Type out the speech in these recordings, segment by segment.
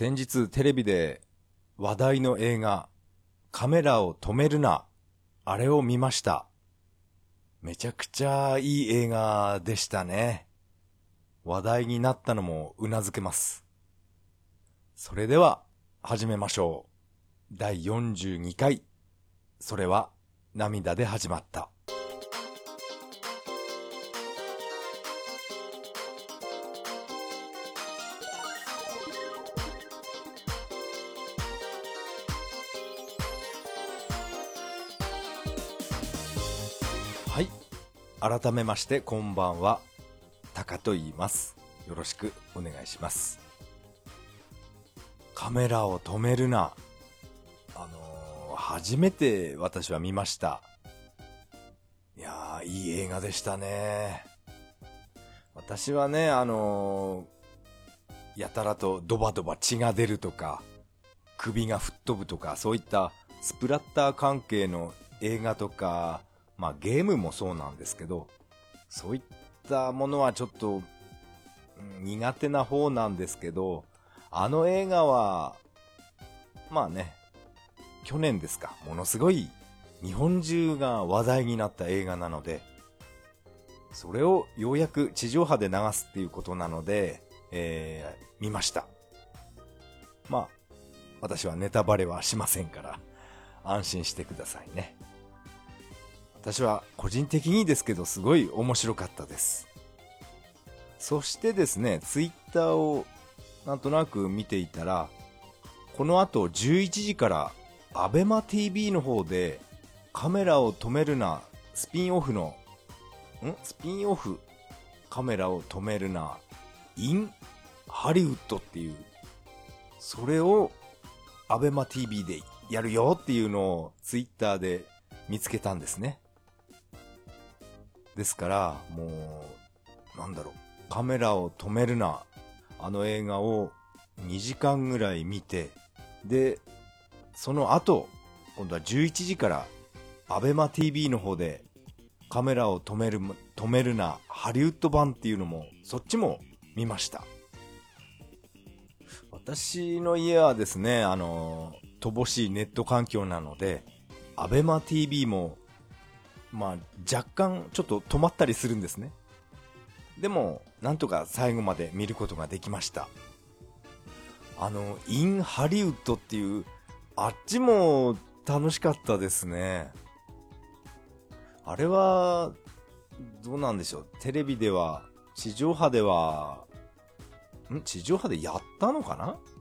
先日テレビで話題の映画カメラを止めるな、あれを見ました。めちゃくちゃいい映画でしたね。話題になったのもうなずけます。それでは始めましょう。第42回、それは涙で始まった。はい、改めましてこんばんは、タカと言います。よろしくお願いします。カメラを止めるな、初めて私は見ました。いやー、いい映画でしたね。私はね、やたらとドバドバ血が出るとか首が吹っ飛ぶとか、そういったスプラッター関係の映画とか、ゲームもそうなんですけど、そういったものはちょっと、苦手な方なんですけど、あの映画は去年ですか、ものすごい日本中が話題になった映画なので、それをようやく地上波で流すっていうことなので、見ました。私はネタバレはしませんから安心してくださいね。私は個人的にですけどすごい面白かったです。そしてですね、ツイッターをなんとなく見ていたら、この後11時からアベマ TV の方でカメラを止めるなスピンオフカメラを止めるな in ハリウッドっていう、それをアベマ TV でやるよっていうのをツイッターで見つけたんですね。ですからもうカメラを止めるな、あの映画を2時間ぐらい見て、でその後今度は11時からアベマ TV の方でカメラを止めるなハリウッド版っていうのも、そっちも見ました。私の家はですね、乏しいネット環境なので、アベマ TV も若干ちょっと止まったりするんですね。でもなんとか最後まで見ることができました。インハリウッドっていう、あっちも楽しかったですね。あれはどうなんでしょう、テレビでは地上波でやったのか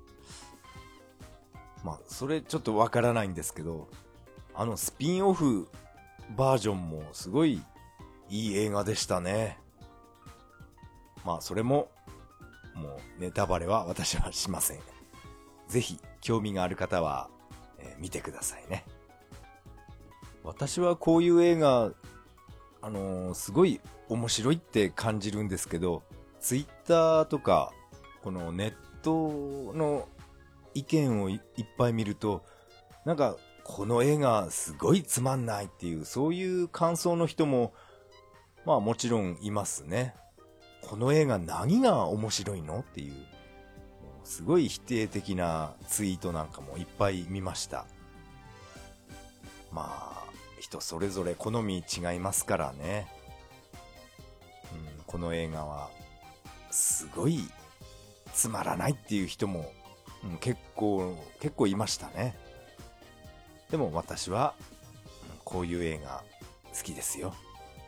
な。それちょっとわからないんですけど、スピンオフバージョンもすごいいい映画でしたね。それももうネタバレは私はしません。ぜひ興味がある方は、見てくださいね。私はこういう映画すごい面白いって感じるんですけど、ツイッターとかこのネットの意見をいっぱい見ると、この映画すごいつまんないっていう、そういう感想の人ももちろんいますね。この映画何が面白いのっていう、すごい否定的なツイートなんかもいっぱい見ました。人それぞれ好み違いますからね。この映画はすごいつまらないっていう人も、結構いましたね。でも私は、こういう映画好きですよ。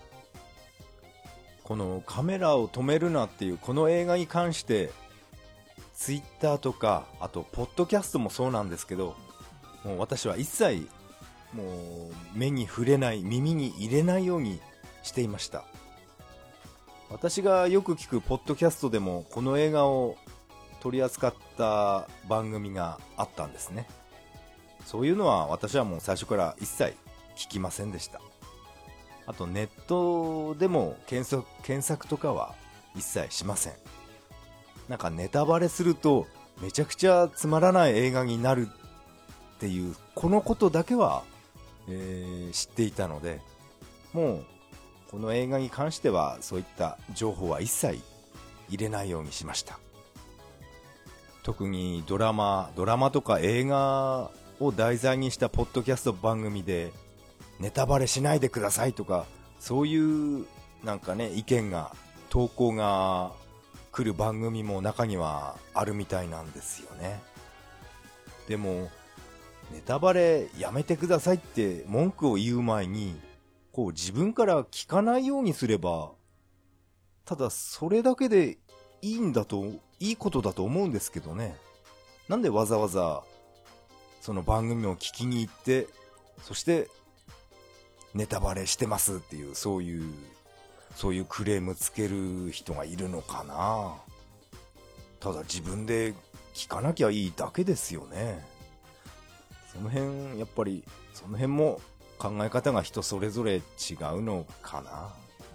このカメラを止めるなっていうこの映画に関して、ツイッターとかあとポッドキャストもそうなんですけど、もう私は一切もう目に触れない、耳に入れないようにしていました。私がよく聞くポッドキャストでもこの映画を取り扱った番組があったんですね。そういうのは私はもう最初から一切聞きませんでした。あとネットでも検索とかは一切しません。ネタバレするとめちゃくちゃつまらない映画になるっていうこのことだけは、知っていたので、もうこの映画に関してはそういった情報は一切入れないようにしました。 特にドラマとか映画を題材にしたポッドキャスト番組でネタバレしないでくださいとか、そういうなんかね、意見が投稿が来る番組も中にはあるみたいなんですよね。でもネタバレやめてくださいって文句を言う前に、こう自分から聞かないようにすれば、ただそれだけでいいことだと思うんですけどね。なんでわざわざその番組を聞きに行って、そしてネタバレしてますっていう、そういうクレームつける人がいるのかな。ただ自分で聞かなきゃいいだけですよね。その辺も考え方が人それぞれ違うのかな。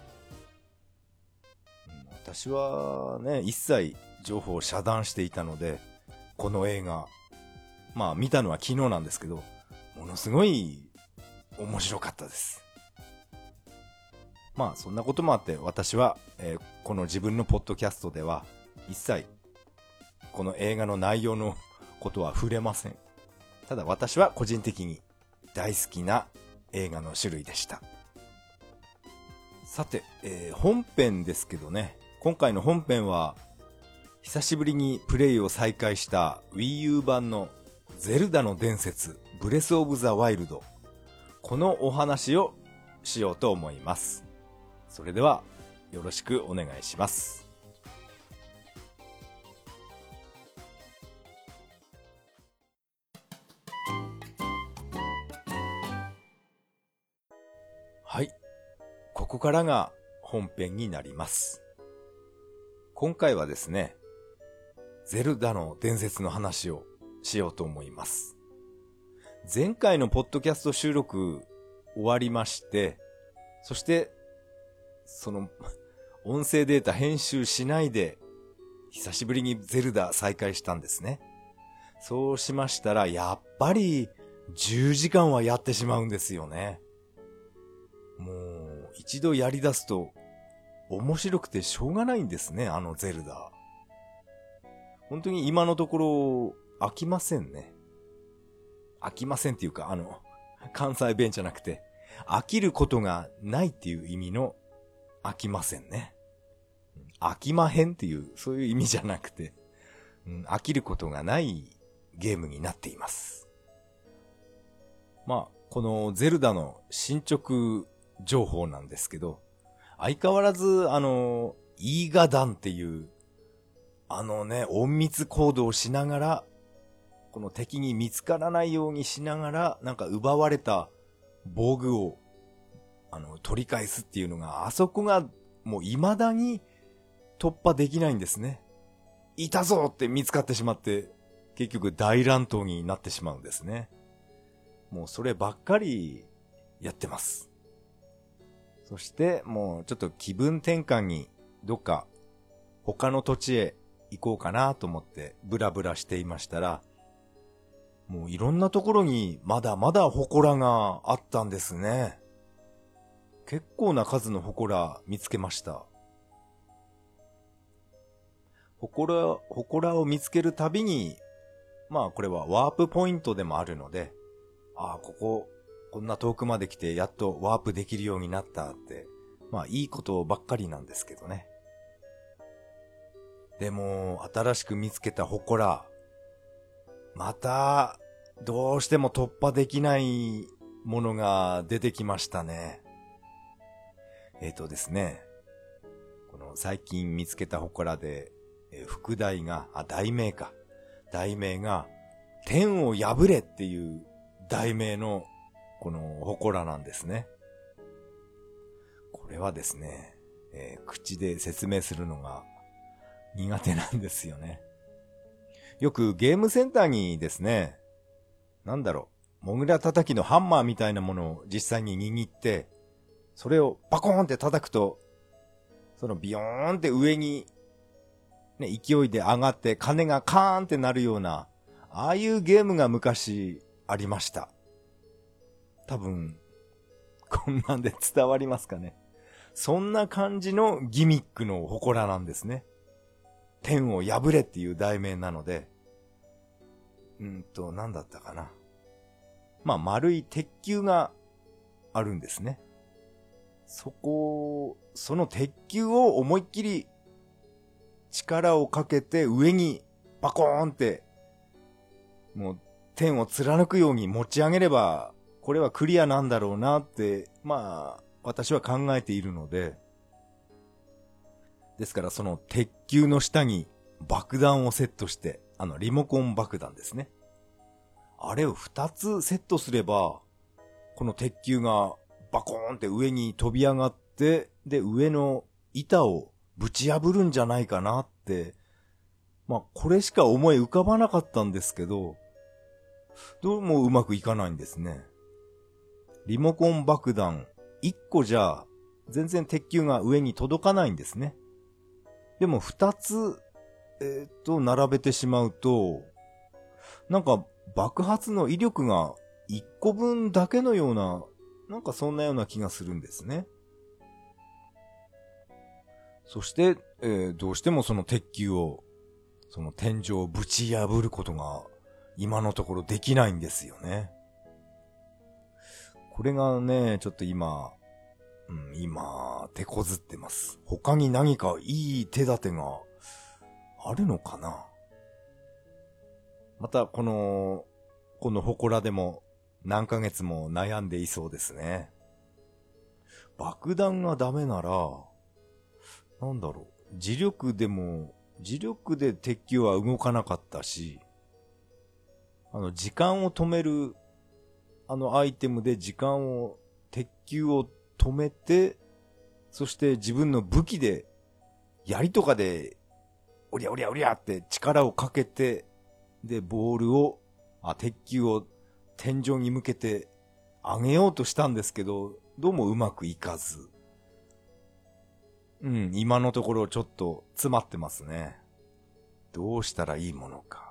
私はね、一切情報を遮断していたので、この映画、見たのは昨日なんですけど、ものすごい面白かったです。そんなこともあって、私は、この自分のポッドキャストでは一切この映画の内容のことは触れません。ただ私は個人的に大好きな映画の種類でした。さて、本編ですけどね、今回の本編は久しぶりにプレイを再開した Wii U 版のゼルダの伝説ブレスオブザワイルド、このお話をしようと思います。それではよろしくお願いします。はい、ここからが本編になります。今回はですね、ゼルダの伝説の話をしようと思います。前回のポッドキャスト収録終わりまして、そしてその音声データ編集しないで久しぶりにゼルダ再開したんですね。そうしましたらやっぱり10時間はやってしまうんですよね。もう一度やり出すと面白くてしょうがないんですね、あのゼルダ。本当に今のところ飽きませんね。飽きませんっていうか、関西弁じゃなくて、飽きることがないっていう意味の飽きませんね。飽きまへんっていう、そういう意味じゃなくて、飽きることがないゲームになっています。このゼルダの進捗情報なんですけど、相変わらずイーガダンっていう隠密行動をしながら、この敵に見つからないようにしながら、なんか奪われた防具を取り返すっていうのが、あそこがもう未だに突破できないんですね。いたぞって見つかってしまって、結局大乱闘になってしまうんですね。もうそればっかりやってます。そしてもうちょっと気分転換にどっか他の土地へ行こうかなと思ってブラブラしていましたら、もういろんなところにまだまだ祠があったんですね。結構な数の祠見つけました。祠を見つけるたびに、これはワープポイントでもあるので、こんな遠くまで来てやっとワープできるようになったって、いいことばっかりなんですけどね。でも、新しく見つけた祠、また、どうしても突破できないものが出てきましたね。ですね、この最近見つけた祠で、題名が、天を破れっていう題名のこの祠なんですね。これはですね、口で説明するのが苦手なんですよね。よくゲームセンターにですね、モグラ叩きのハンマーみたいなものを実際に握って、それをバコーンって叩くと、そのビヨーンって上に、勢いで上がって鐘がカーンってなるような、ああいうゲームが昔ありました。多分、こんなんで伝わりますかね。そんな感じのギミックの祠なんですね。天を破れっていう題名なので、 なんだったかな。まあ、丸い鉄球があるんですね。その鉄球を思いっきり力をかけて上にバコーンって、もう天を貫くように持ち上げれば、これはクリアなんだろうなって、まあ、私は考えているので、ですからその鉄球の下に爆弾をセットして、リモコン爆弾ですね。あれを2つセットすれば、この鉄球がバコーンって上に飛び上がって、で、上の板をぶち破るんじゃないかなって、まあ、これしか思い浮かばなかったんですけど、どうもうまくいかないんですね。リモコン爆弾1個じゃ、全然鉄球が上に届かないんですね。でも2つ、並べてしまうと、なんか爆発の威力が1個分だけのような、なんかそんなような気がするんですね。そして、どうしてもその鉄球を、その天井をぶち破ることが今のところできないんですよね。これがね、ちょっと今、手こずってます。他に何かいい手立てがあるのかな。またこの祠でも何ヶ月も悩んでいそうですね。爆弾がダメなら、なんだろう。磁力で鉄球は動かなかったし、時間を止める、アイテムで鉄球を止めて、そして自分の武器で、槍とかで、おりゃおりゃおりゃって力をかけて、で、鉄球を天井に向けて上げようとしたんですけど、どうもうまくいかず。今のところちょっと詰まってますね。どうしたらいいものか。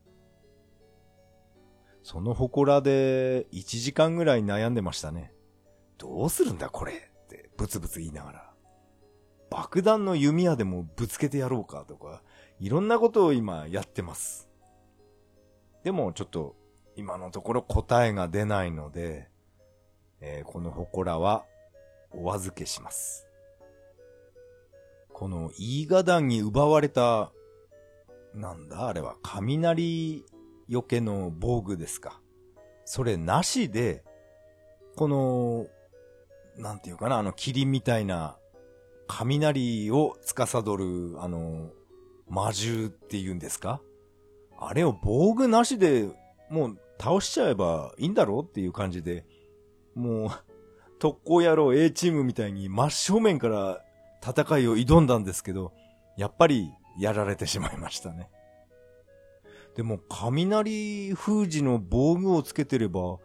その祠で1時間ぐらい悩んでましたね。どうするんだこれってブツブツ言いながら。爆弾の弓矢でもぶつけてやろうかとか、いろんなことを今やってます。でもちょっと今のところ答えが出ないので、この祠はお預けします。このイーガダンに奪われた、なんだあれは雷よけの防具ですか。それなしで、この、なんていうかな、霧みたいな雷を司る、魔獣っていうんですか？あれを防具なしでもう倒しちゃえばいいんだろうっていう感じで、もう、特攻野郎 A チームみたいに真正面から戦いを挑んだんですけど、やっぱりやられてしまいましたね。でも雷封じの防具をつけてれば、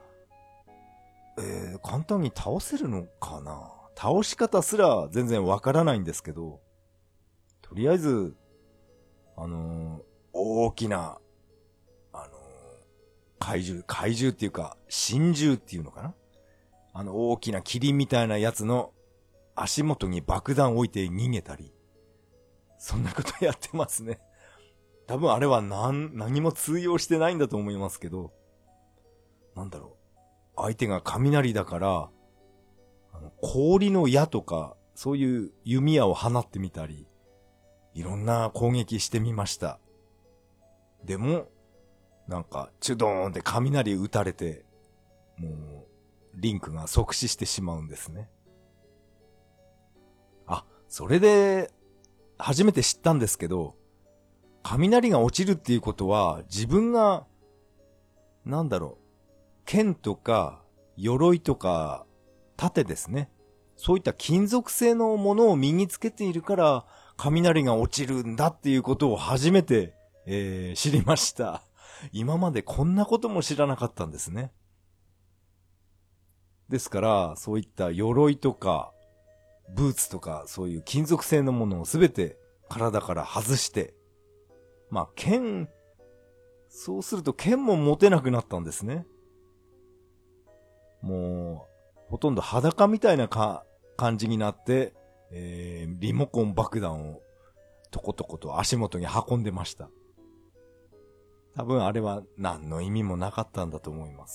簡単に倒せるのかな。倒し方すら全然わからないんですけど、とりあえず、大きな、怪獣っていうか、神獣っていうのかな。大きな霧みたいなやつの足元に爆弾置いて逃げたり、そんなことやってますね。多分あれは何も通用してないんだと思いますけど、なんだろう。相手が雷だから、氷の矢とか、そういう弓矢を放ってみたり、いろんな攻撃してみました。でも、なんか、チュドーンって雷撃たれて、もう、リンクが即死してしまうんですね。それで、初めて知ったんですけど、雷が落ちるっていうことは、自分が、なんだろう、剣とか、鎧とか、盾ですね。そういった金属製のものを身につけているから、雷が落ちるんだっていうことを初めて、知りました。今までこんなことも知らなかったんですね。ですから、そういった鎧とか、ブーツとか、そういう金属製のものをすべて体から外して、そうすると剣も持てなくなったんですね。もう、ほとんど裸みたいな感じになって、リモコン爆弾をトコトコと足元に運んでました。 多分あれは何の意味もなかったんだと思います。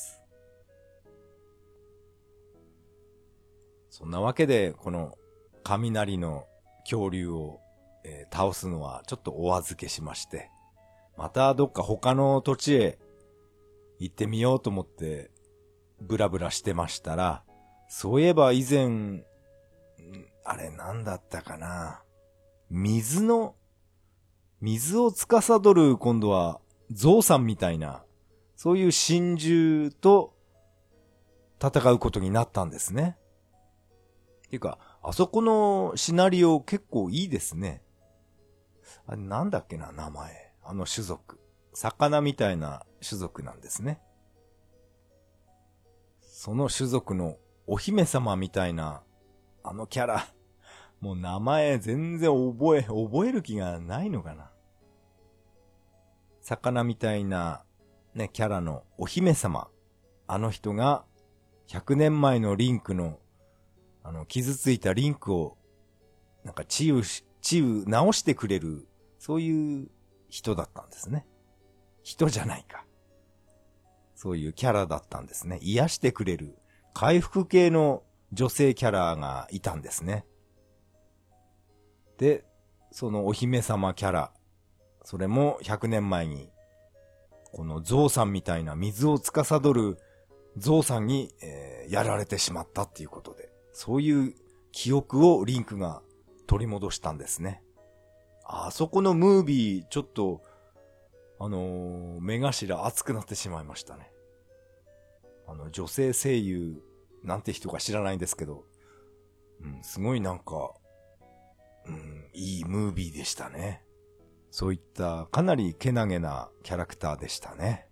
そんなわけで、この雷の恐竜を、倒すのはちょっとお預けしまして、またどっか他の土地へ行ってみようと思ってブラブラしてましたら、そういえば以前、あれなんだったかな。水を司る今度はゾウさんみたいな、そういう神獣と戦うことになったんですね。ていうか、あそこのシナリオ結構いいですね。あれなんだっけな、名前。あの種族。魚みたいな種族なんですね。その種族のお姫様みたいな、あのキャラ。もう名前全然覚える気がないのかな。魚みたいなね、キャラのお姫様。あの人が100年前のリンクの傷ついたリンクをなんか治癒直してくれる、そういう人だったんですね。人じゃないか。そういうキャラだったんですね。癒してくれる回復系の女性キャラがいたんですね。で、そのお姫様キャラ、それも100年前に、このゾウさんみたいな水を司るゾウさんに、やられてしまったっていうことで、そういう記憶をリンクが取り戻したんですね。あそこのムービー、ちょっと、目頭熱くなってしまいましたね。女性声優、なんて人か知らないんですけど、すごいなんか、いいムービーでしたね。そういったかなりけなげなキャラクターでしたね。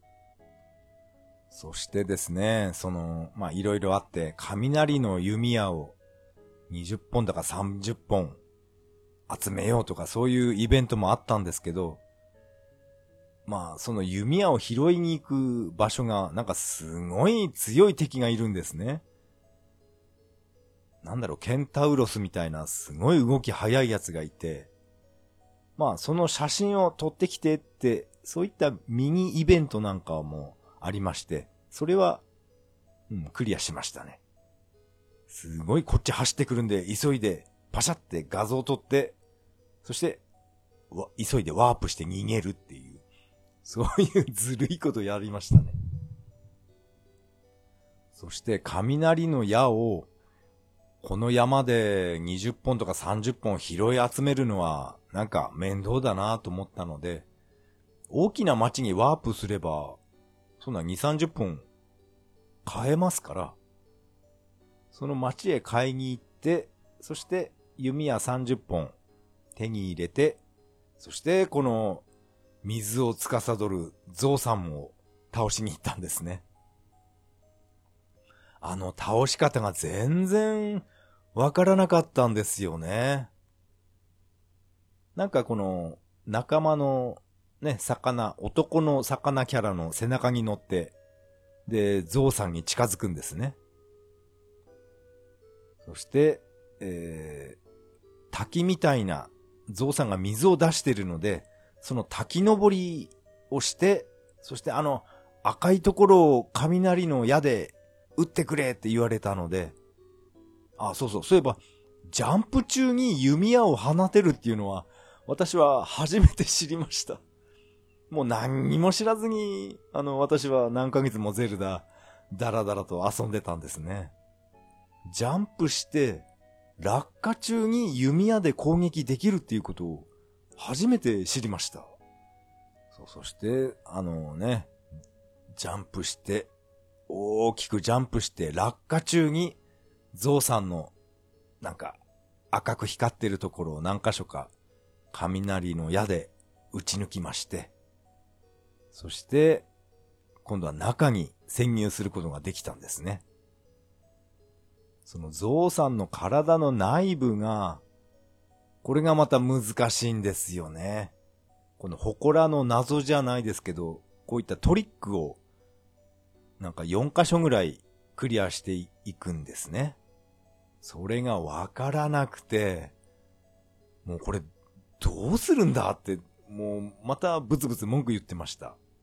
そしてですね、いろいろあって、雷の弓矢を20本だか30本集めようとかそういうイベントもあったんですけど、その弓矢を拾いに行く場所がなんかすごい強い敵がいるんですね。ケンタウロスみたいなすごい動き速いやつがいて、その写真を撮ってきてって、そういったミニイベントなんかもありまして、それは、クリアしましたね。すごいこっち走ってくるんで、急いでパシャって画像を撮って、そして、急いでワープして逃げるっていう、そういうずるいことやりましたね。そして雷の矢を、この山で20本とか30本拾い集めるのはなんか面倒だなと思ったので、大きな町にワープすれば、そんな2、30本買えますから、その町へ買いに行って、そして弓矢30本手に入れて、そしてこの水を司るゾウさんも倒しに行ったんですね。倒し方が全然わからなかったんですよね。なんかこの仲間のね、男の魚キャラの背中に乗って、で、ゾウさんに近づくんですね。そして、滝みたいなゾウさんが水を出しているので、その滝登りをして、そして赤いところを雷の矢で撃ってくれって言われたので、そういえば、ジャンプ中に弓矢を放てるっていうのは、私は初めて知りました。もう何にも知らずに、私は何ヶ月もゼルダ、ダラダラと遊んでたんですね。ジャンプして、落下中に弓矢で攻撃できるっていうことを、初めて知りました。そして、ジャンプして、大きくジャンプして、落下中に、ゾウさんの、なんか、赤く光ってるところを何箇所か、雷の矢で撃ち抜きまして、そして、今度は中に潜入することができたんですね。そのゾウさんの体の内部が、これがまた難しいんですよね。この祠の謎じゃないですけど、こういったトリックを、なんか4箇所ぐらいクリアしていくんですね。それがわからなくて、もうこれどうするんだって、もうまたブツブツ文句言ってました。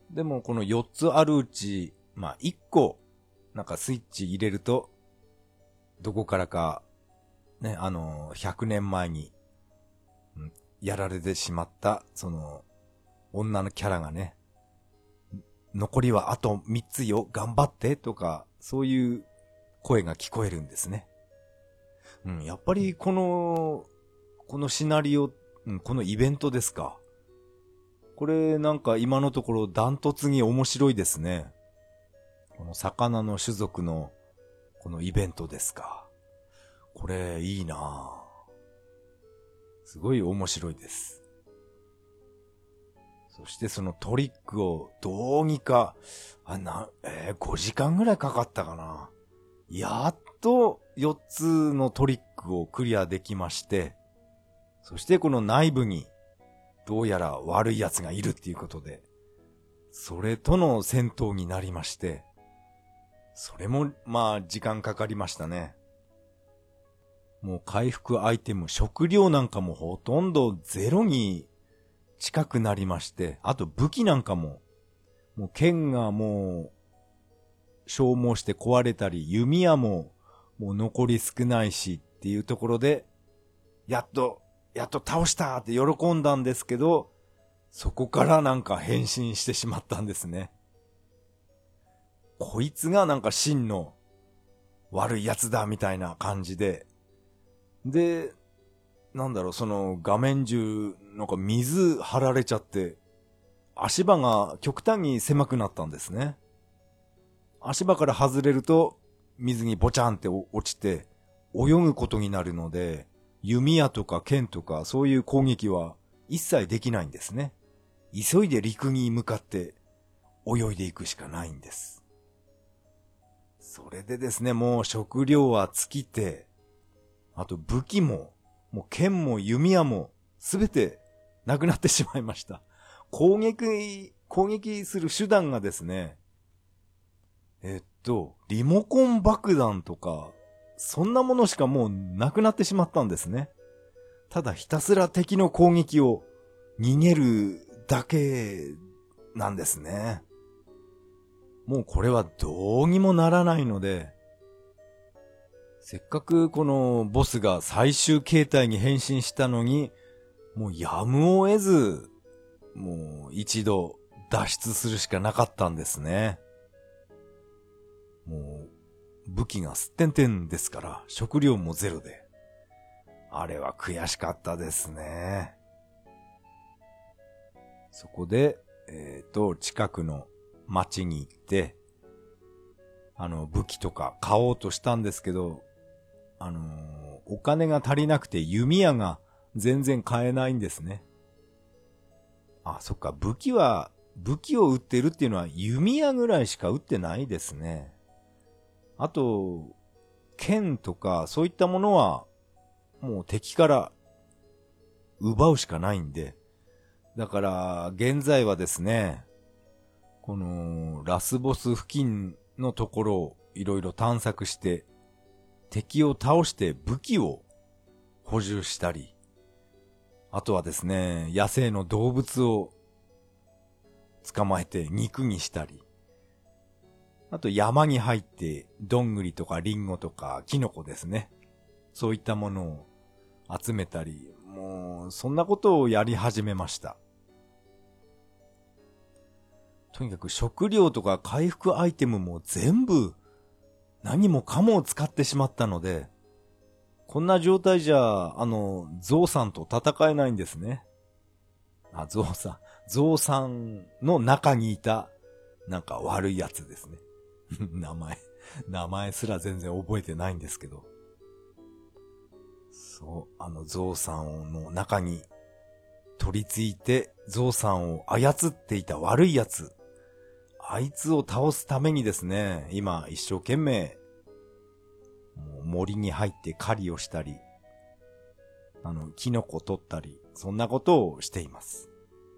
でもこの4つあるうち、まあ1個、なんかスイッチ入れると、どこからか、ね、100年前に、やられてしまった、その、女のキャラがね、残りはあと3つよ、頑張ってとか、そういう声が聞こえるんですね。やっぱりこのシナリオ、このイベントですか。これなんか今のところダントツに面白いですね。この魚の種族のこのイベントですか。これいいなぁ。すごい面白いです。そしてそのトリックをどうにか、5時間ぐらいかかったかな。やっと4つのトリックをクリアできまして、そしてこの内部にどうやら悪い奴がいるっていうことで、それとの戦闘になりまして、それもまあ時間かかりましたね。もう回復アイテム、食料なんかもほとんどゼロに近くなりまして、あと武器なんかも、もう剣がもう消耗して壊れたり、弓矢ももう残り少ないしっていうところで、やっと倒したって喜んだんですけど、そこからなんか変身してしまったんですね。こいつがなんか真の悪いやつだみたいな感じで、で、なんだろう、その画面中なんか水張られちゃって、足場が極端に狭くなったんですね。足場から外れると水にボチャンって落ちて泳ぐことになるので、弓矢とか剣とかそういう攻撃は一切できないんですね。急いで陸に向かって泳いでいくしかないんです。それでですね、もう食料は尽きて、あと武器も、もう剣も弓矢もすべてなくなってしまいました。攻撃する手段がですね、リモコン爆弾とか、そんなものしかもうなくなってしまったんですね。ただひたすら敵の攻撃を逃げるだけなんですね。もうこれはどうにもならないので、せっかくこのボスが最終形態に変身したのに、もうやむを得ず、もう一度脱出するしかなかったんですね。もう武器がすってんてんですから、食料もゼロで。あれは悔しかったですね。そこで、近くの町に行って、武器とか買おうとしたんですけど、お金が足りなくて弓矢が全然買えないんですね。あ、そっか、武器を売ってるっていうのは弓矢ぐらいしか売ってないですね。あと、剣とかそういったものはもう敵から奪うしかないんで、だから現在はですね、このラスボス付近のところをいろいろ探索して敵を倒して武器を補充したり、あとはですね、野生の動物を捕まえて肉にしたり、あと山に入ってどんぐりとかリンゴとかキノコですね。そういったものを集めたり、もうそんなことをやり始めました。とにかく食料とか回復アイテムも全部何もかも使ってしまったので、こんな状態じゃ、ゾウさんと戦えないんですね。ゾウさんの中にいた、なんか悪いやつですね。名前すら全然覚えてないんですけど。そう、ゾウさんの中に取り付いて、ゾウさんを操っていた悪いやつ。あいつを倒すためにですね、今一生懸命、もう森に入って狩りをしたり、キノコ取ったり、そんなことをしています。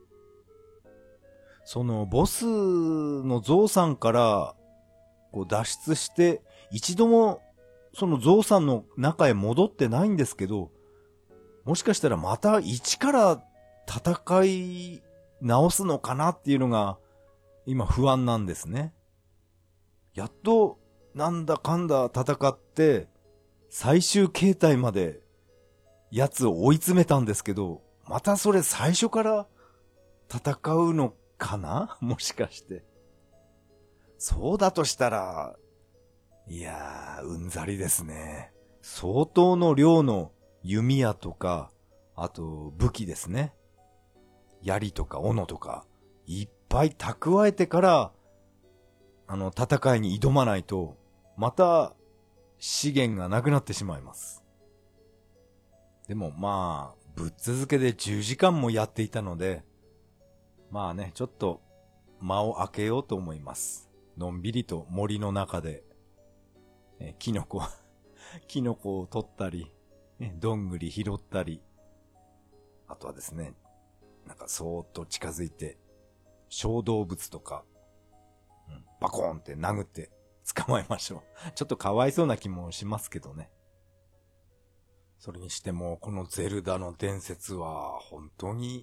そのボスのゾウさんからこう脱出して、一度もそのゾウさんの中へ戻ってないんですけど、もしかしたらまた一から戦い直すのかなっていうのが今不安なんですね。やっとなんだかんだ戦って最終形態まで奴を追い詰めたんですけど、またそれ最初から戦うのかなもしかして。そうだとしたら、いやー、うんざりですね。相当の量の弓矢とか、あと武器ですね。槍とか斧とか、いっぱい蓄えてから、戦いに挑まないと、また資源がなくなってしまいます。でもまあ、ぶっ続けで10時間もやっていたので、まあね、ちょっと間を空けようと思います。のんびりと森の中で、キノコを取ったり、どんぐり拾ったり、あとはですね、なんかそーっと近づいて、小動物とか、バコーンって殴って捕まえましょう。ちょっとかわいそうな気もしますけどね。それにしても、このゼルダの伝説は、本当に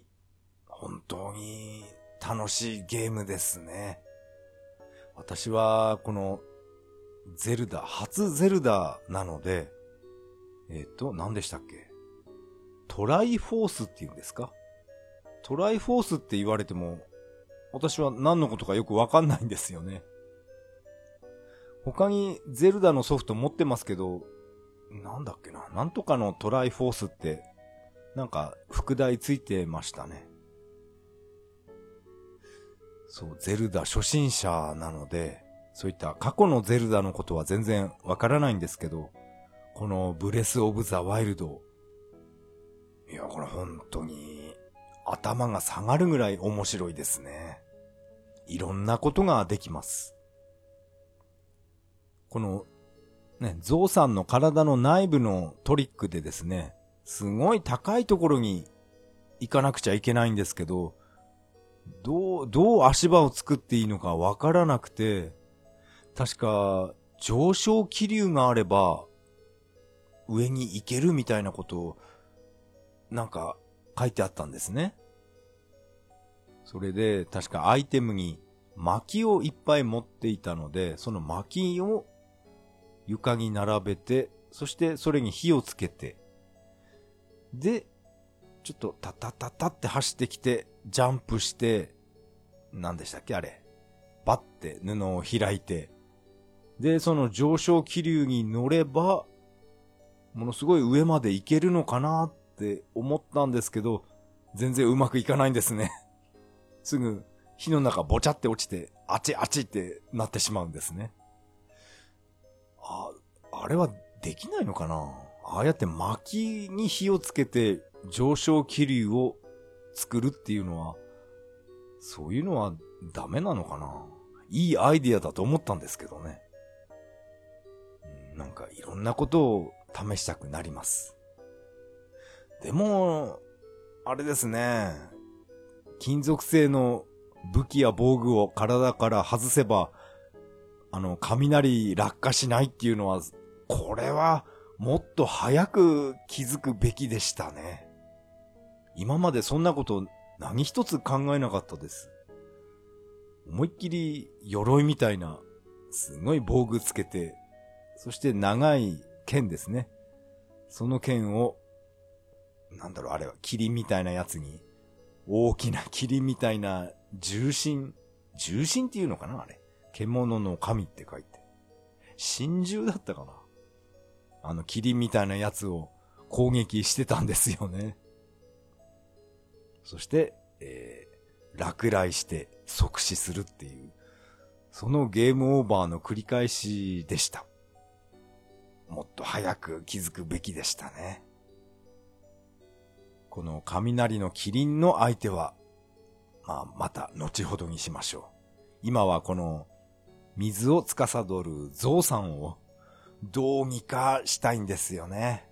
楽しいゲームですね。私は、この、初ゼルダなので、何でしたっけ？トライフォースって言うんですか？トライフォースって言われても、私は何のことかよくわかんないんですよね。他にゼルダのソフト持ってますけど、なんだっけな、なんとかのトライフォースって、なんか副題ついてましたね。そう、ゼルダ初心者なので、そういった過去のゼルダのことは全然わからないんですけど、このブレスオブザワイルド、いや、これ本当に頭が下がるぐらい面白いですね。いろんなことができます。このね、ゾウさんの体の内部のトリックでですね、すごい高いところに行かなくちゃいけないんですけど、どう足場を作っていいのかわからなくて、確か上昇気流があれば上に行けるみたいなことをなんか書いてあったんですね。それで確かアイテムに薪をいっぱい持っていたので、その薪を床に並べて、そしてそれに火をつけて、で、ちょっとタタタタって走ってきて、ジャンプして、何でしたっけあれ。バッて布を開いて、で、その上昇気流に乗れば、ものすごい上まで行けるのかなって思ったんですけど、全然うまくいかないんですね。すぐ火の中ボチャって落ちて、あちあちってなってしまうんですね。あれはできないのかな？ああやって薪に火をつけて上昇気流を作るっていうのは、そういうのはダメなのかな？いいアイディアだと思ったんですけどね。なんかいろんなことを試したくなります。でも、あれですね。金属製の武器や防具を体から外せば、雷落下しないっていうのは、これはもっと早く気づくべきでしたね。今までそんなこと何一つ考えなかったです。思いっきり鎧みたいな、すごい防具つけて、そして長い剣ですね。その剣を、あれは霧みたいなやつに、大きな霧みたいな重心っていうのかなあれ。獣の神って書いて。神獣だったかな？霧みたいなやつを攻撃してたんですよね。そして、落雷して即死するっていう、そのゲームオーバーの繰り返しでした。もっと早く気づくべきでしたね。この雷の麒麟の相手は、また後ほどにしましょう。今はこの水を司るゾウさんをどうにかしたいんですよね。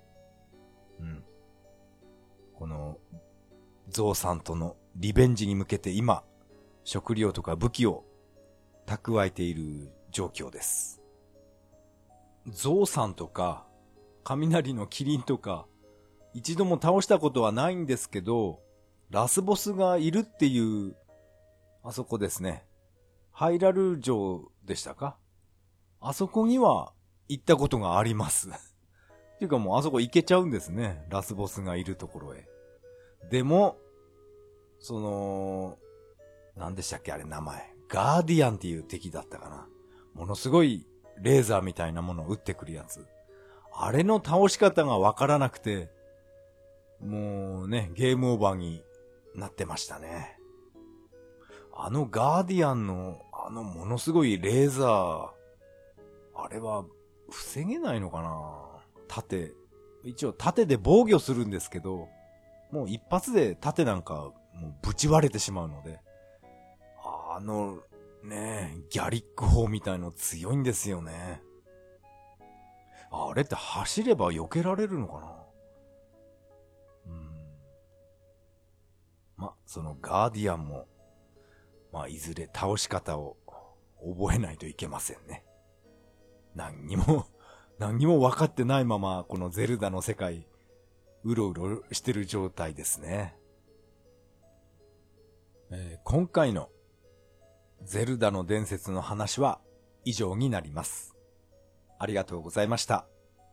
このゾウさんとのリベンジに向けて今、食料とか武器を蓄えている状況です。ゾウさんとか雷の麒麟とか一度も倒したことはないんですけど、ラスボスがいるっていう、あそこですね。 ハイラル城でしたか？あそこには行ったことがあります。っていうかもうあそこ行けちゃうんですね。ラスボスがいるところへ。でも、何でしたっけあれ名前。ガーディアンっていう敵だったかな。ものすごいレーザーみたいなものを撃ってくるやつ。あれの倒し方がわからなくて、もうね、ゲームオーバーになってましたね。あのガーディアンの、ものすごいレーザー、あれは防げないのかな？一応盾で防御するんですけど、もう一発で盾なんかもうぶち割れてしまうので、ギャリック砲みたいの強いんですよね。あれって走れば避けられるのかな？そのガーディアンも、いずれ倒し方を覚えないといけませんね。何にも分かってないまま、このゼルダの世界、うろうろしてる状態ですね。今回のゼルダの伝説の話は以上になります。ありがとうございました。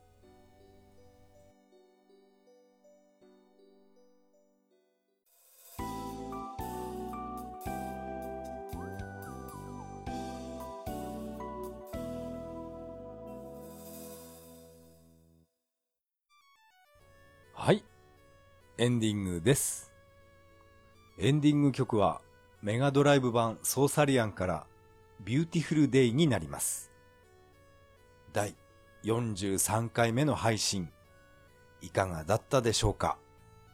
はい。エンディングです。エンディング曲はメガドライブ版ソーサリアンからビューティフルデイになります。第43回目の配信、いかがだったでしょうか？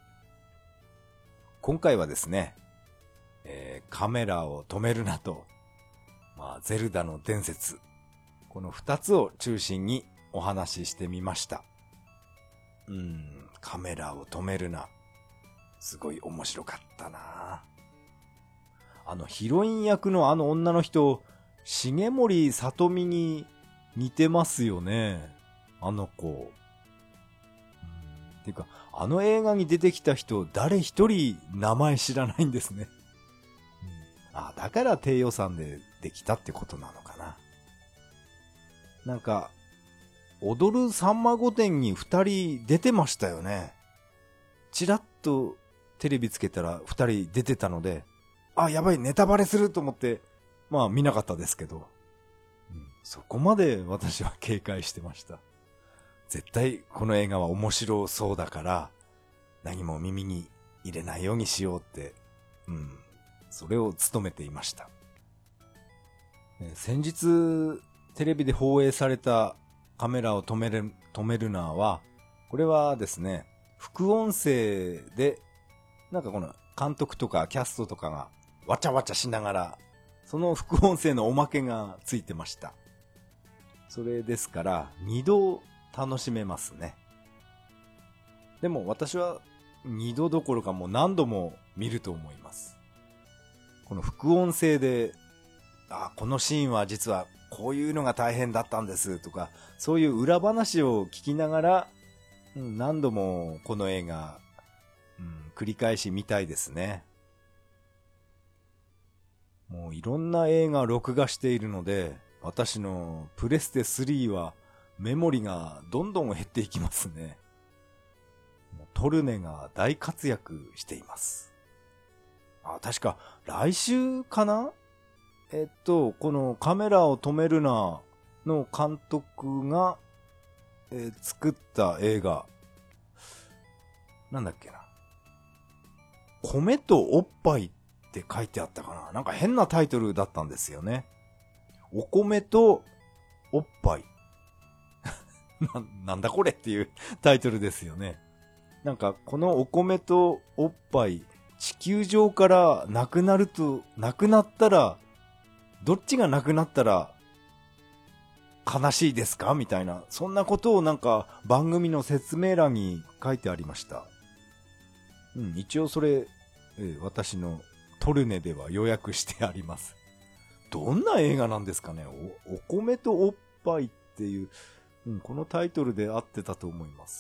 今回はですね、カメラを止めるなと、ゼルダの伝説、この2つを中心にお話ししてみました。カメラを止めるな。すごい面白かったな。ヒロイン役の女の人、重森さとみに似てますよね。あの子。ていうか、あの映画に出てきた人、誰一人名前知らないんですね。だから低予算でできたってことなのかな。なんか、踊るさんま御殿に二人出てましたよね。チラッとテレビつけたら二人出てたので、やばいネタバレすると思って、見なかったですけど、そこまで私は警戒してました。絶対この映画は面白そうだから、何も耳に入れないようにしようって、それを努めていました。先日テレビで放映されたカメラを止めるなは、これはですね、副音声で、この監督とかキャストとかがわちゃわちゃしながら、その副音声のおまけがついてました。それですから、2度楽しめますね。でも私は2度どころかもう何度も見ると思います。この副音声で、このシーンは実はこういうのが大変だったんですとか、そういう裏話を聞きながら、何度もこの映画、繰り返し見たいですね。もういろんな映画録画しているので、私のプレステ3はメモリがどんどん減っていきますね。トルネが大活躍しています。確か来週かな？このカメラを止めるなの監督が、作った映画、なんだっけな。米とおっぱいって書いてあったかな。なんか変なタイトルだったんですよね。お米とおっぱい。なんだこれっていうタイトルですよね。なんかこのお米とおっぱい、地球上からなくなったら、どっちがなくなったら悲しいですかみたいな、そんなことをなんか番組の説明欄に書いてありました。一応それ、私のトルネでは予約してあります。どんな映画なんですかね。お米とおっぱいっていう、このタイトルで合ってたと思います。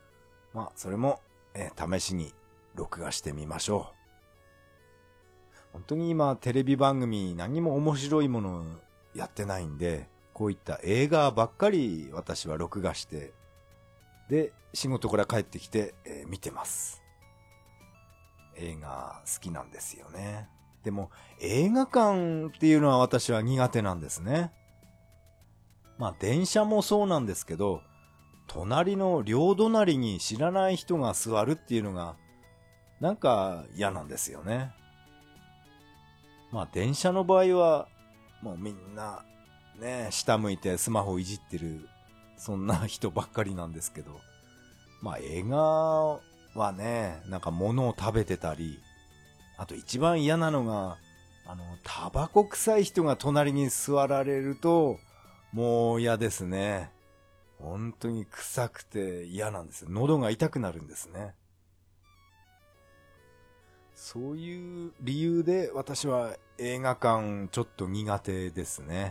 それも、試しに録画してみましょう。 本当に今テレビ番組何も面白いものやってないんで、こういった映画ばっかり私は録画して、で、仕事から帰ってきて、見てます。映画好きなんですよね。でも映画館っていうのは私は苦手なんですね。まあ電車もそうなんですけど、両隣に知らない人が座るっていうのがなんか嫌なんですよね。まあ電車の場合はもうみんなね、下向いてスマホいじってるそんな人ばっかりなんですけど、まあ映画はね、なんか物を食べてたり、あと一番嫌なのがタバコ臭い人が隣に座られるともう嫌ですね。本当に臭くて嫌なんですよ。喉が痛くなるんですね。そういう理由で私は映画館ちょっと苦手ですね。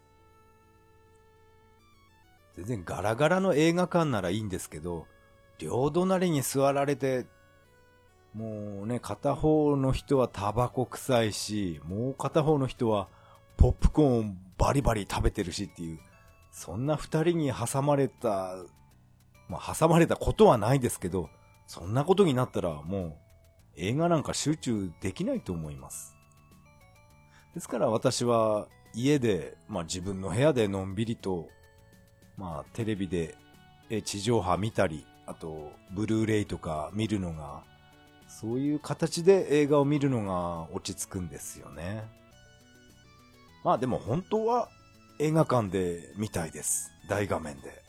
全然ガラガラの映画館ならいいんですけど、両隣に座られて、もうね、片方の人はタバコ臭いし、もう片方の人はポップコーンバリバリ食べてるしっていう、そんな二人に挟まれた、まあ挟まれたことはないですけど、そんなことになったらもう映画なんか集中できないと思います。ですから私は家で、まあ自分の部屋でのんびりと、まあテレビで地上波見たり、あとブルーレイとか見るのが、そういう形で映画を見るのが落ち着くんですよね。まあでも本当は映画館で見たいです。大画面で。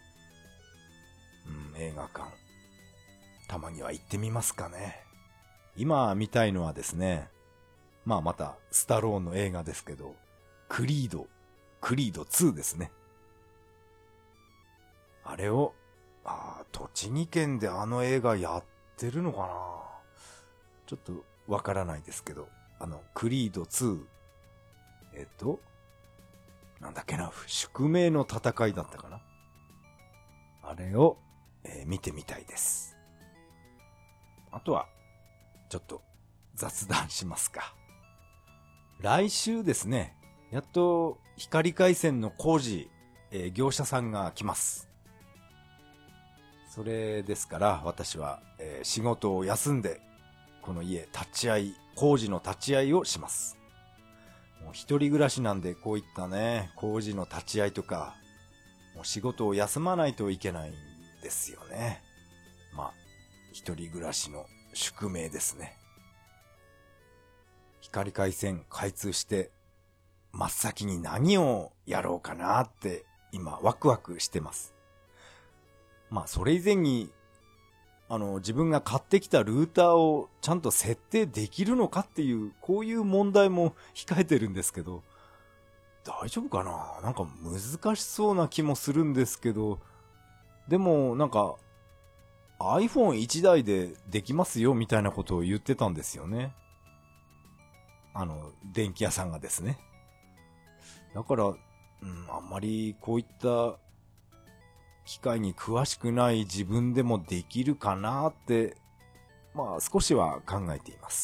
映画館。たまには行ってみますかね。今見たいのはですね、まあまたスタローンの映画ですけど、クリード2ですね。あれを、栃木県であの映画やってるのかな、ちょっとわからないですけど、クリード2、なんだっけな、宿命の戦いだったかな。あれを、見てみたいです。あとは、ちょっと雑談しますか。来週ですね、やっと光回線の工事、業者さんが来ます。それですから私は、仕事を休んでこの家工事の立ち会いをします。もう一人暮らしなんでこういったね、工事の立ち会いとか、もう仕事を休まないといけないんですよね。まあ、一人暮らしの宿命ですね。光回線開通して真っ先に何をやろうかなって今ワクワクしてます。まあそれ以前に自分が買ってきたルーターをちゃんと設定できるのかっていう、こういう問題も控えてるんですけど、大丈夫かな？なんか難しそうな気もするんですけど、でもなんか iPhone 1台でできますよみたいなことを言ってたんですよね。電気屋さんがですね。だから、あんまりこういった機械に詳しくない自分でもできるかなって、まあ少しは考えています。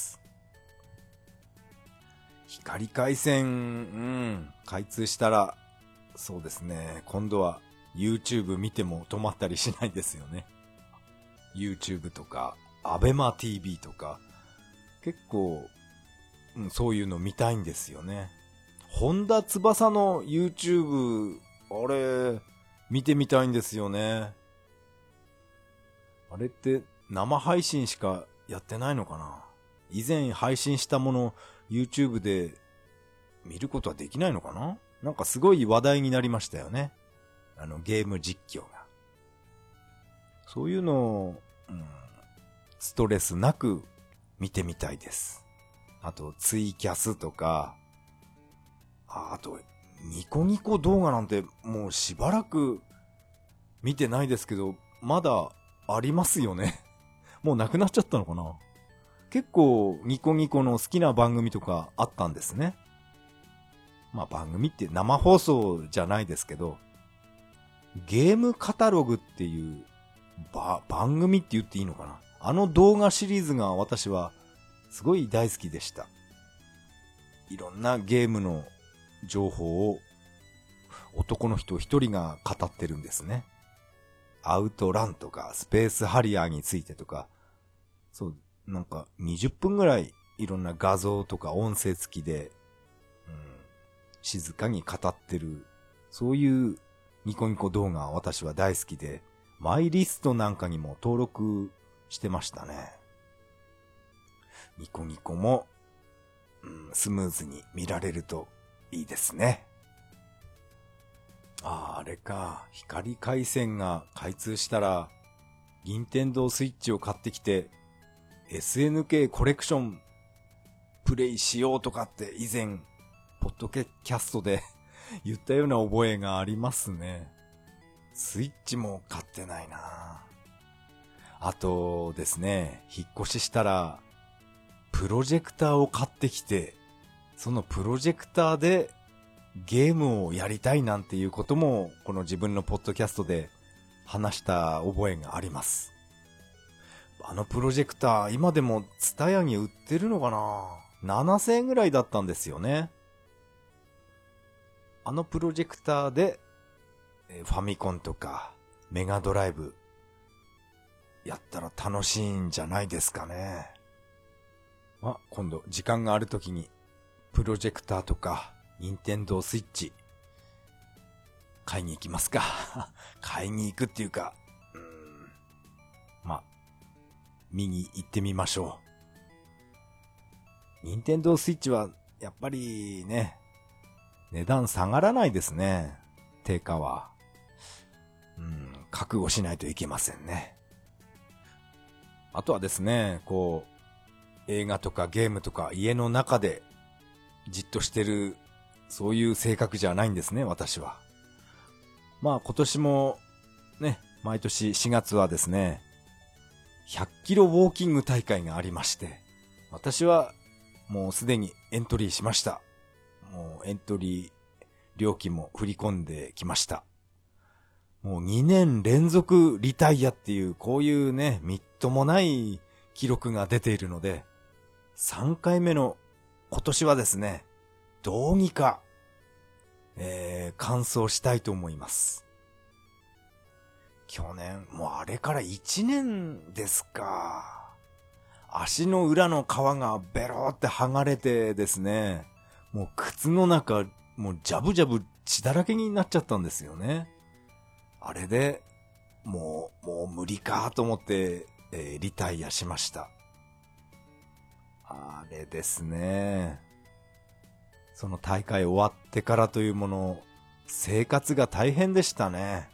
光回線、開通したら、そうですね、今度は YouTube 見ても止まったりしないですよね。YouTube とか、ABEMA TV とか、結構、そういうの見たいんですよね。本田翼の YouTube、あれ、見てみたいんですよね。あれって生配信しかやってないのかな？以前配信したもの YouTube で見ることはできないのかな？なんかすごい話題になりましたよね。ゲーム実況が。そういうのを、ストレスなく見てみたいです。あとツイキャスとか、あとニコニコ動画なんてもうしばらく見てないですけど、まだありますよね。もうなくなっちゃったのかな。結構ニコニコの好きな番組とかあったんですね。まあ番組って生放送じゃないですけど、ゲームカタログっていう番組って言っていいのかな。動画シリーズが私はすごい大好きでした。 いろんなゲームの情報を男の人一人が語ってるんですね。アウトランとかスペースハリアーについてとか、そう、なんか20分ぐらいいろんな画像とか音声付きで、静かに語ってる、そういうニコニコ動画は私は大好きで、マイリストなんかにも登録してましたね。ニコニコも、スムーズに見られるといいですね。あれか、光回線が開通したら、任天堂スイッチを買ってきて、SNK コレクションプレイしようとかって以前、ポッドキャストで言ったような覚えがありますね。スイッチも買ってないな。あとですね、引っ越ししたら、プロジェクターを買ってきて、そのプロジェクターでゲームをやりたいなんていうことも、この自分のポッドキャストで話した覚えがあります。あのプロジェクター、今でもツタヤに売ってるのかな？ 7000 円ぐらいだったんですよね。あのプロジェクターで、ファミコンとかメガドライブやったら楽しいんじゃないですかね。今度時間があるときにプロジェクターとか任天堂スイッチ買いに行きますか。買いに行くっていうか、見に行ってみましょう。任天堂スイッチはやっぱりね、値段下がらないですね。定価は。覚悟しないといけませんね。あとはですね、映画とかゲームとか家の中でじっとしてる、そういう性格じゃないんですね、私は。今年もね、毎年4月はですね、100キロウォーキング大会がありまして、私はもうすでにエントリーしました。もうエントリー料金も振り込んできました。もう2年連続リタイアっていう、こういうね、みっともない記録が出ているので、3回目の今年はですね、どうにか、完走したいと思います。去年、もうあれから1年ですか。足の裏の皮がベローって剥がれてですね、もう靴の中、もうジャブジャブ血だらけになっちゃったんですよね。あれで、もう無理かと思って、リタイアしました。あれですね。その大会終わってからというもの、生活が大変でしたね。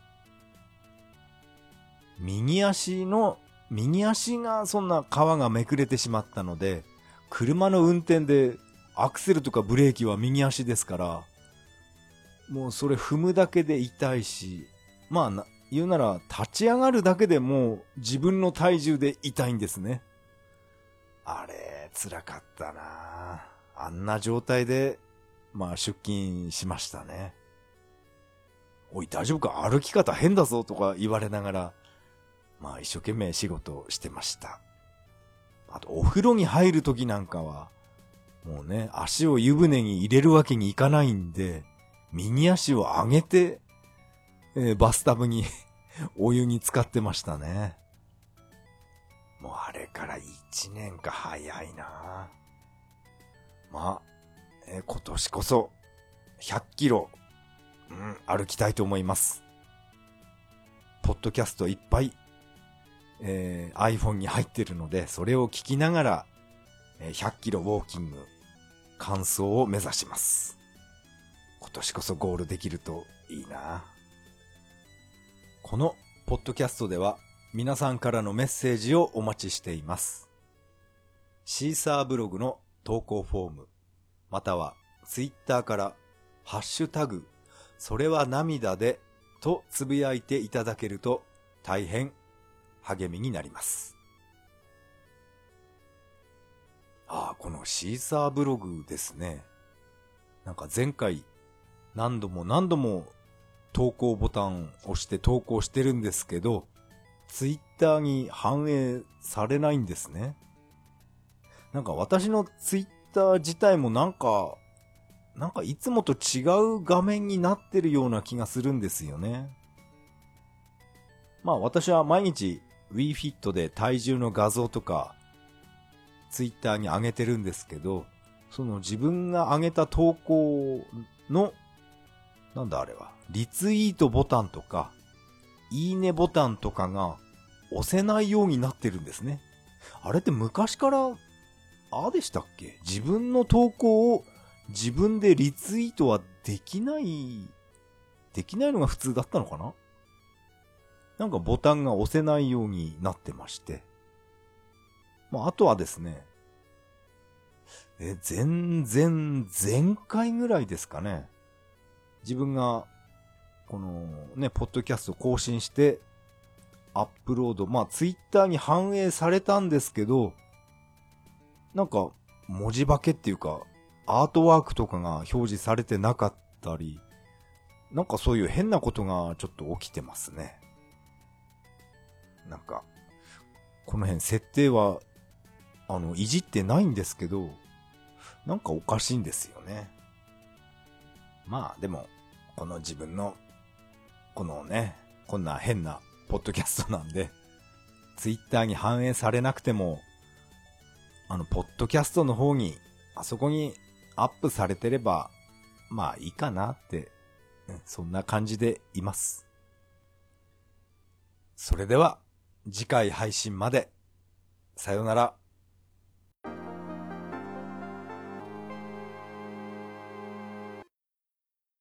右足がそんな皮がめくれてしまったので、車の運転でアクセルとかブレーキは右足ですから、もうそれ踏むだけで痛いし、言うなら立ち上がるだけでもう自分の体重で痛いんですね。あれ、辛かったな。あんな状態で、出勤しましたね。おい、大丈夫か？歩き方変だぞとか言われながら、一生懸命仕事をしてました。あと、お風呂に入るときなんかは、もうね、足を湯船に入れるわけにいかないんで、右足を上げて、バスタブにお湯に浸かってましたね。もうあれから1年か、早いな。今年こそ100キロ、歩きたいと思います。ポッドキャストいっぱい、iPhone に入ってるので、それを聞きながら、100キロウォーキング完走を目指します。今年こそゴールできるといいな。このポッドキャストでは皆さんからのメッセージをお待ちしています。シーサーブログの投稿フォーム、またはツイッターからハッシュタグそれは涙でとつぶやいていただけると大変励みになります。このシーサーブログですね。なんか前回何度も投稿ボタンを押して投稿してるんですけど、ツイッターに反映されないんですね。なんか私のツイッター自体もなんかなんかいつもと違う画面になってるような気がするんですよね。まあ私は毎日 WeFit で体重の画像とか Twitter に上げてるんですけど、その自分が上げた投稿の、なんだあれは、リツイートボタンとか、いいねボタンとかが押せないようになってるんですね。あれって昔から、でしたっけ？自分の投稿を自分でリツイートはできないのが普通だったのかな？なんかボタンが押せないようになってまして。まあ、あとはですね、前回ぐらいですかね。自分が、このね、ポッドキャスト更新して、アップロード、まあ、ツイッターに反映されたんですけど、なんか、文字化けっていうか、アートワークとかが表示されてなかったり、なんかそういう変なことがちょっと起きてますね。なんか、この辺設定は、いじってないんですけど、なんかおかしいんですよね。まあでも、この自分の、このね、こんな変なポッドキャストなんで、ツイッターに反映されなくても、ポッドキャストの方に、あそこにアップされてれば、まあいいかなって、そんな感じでいます。それでは、次回配信まで、さよなら。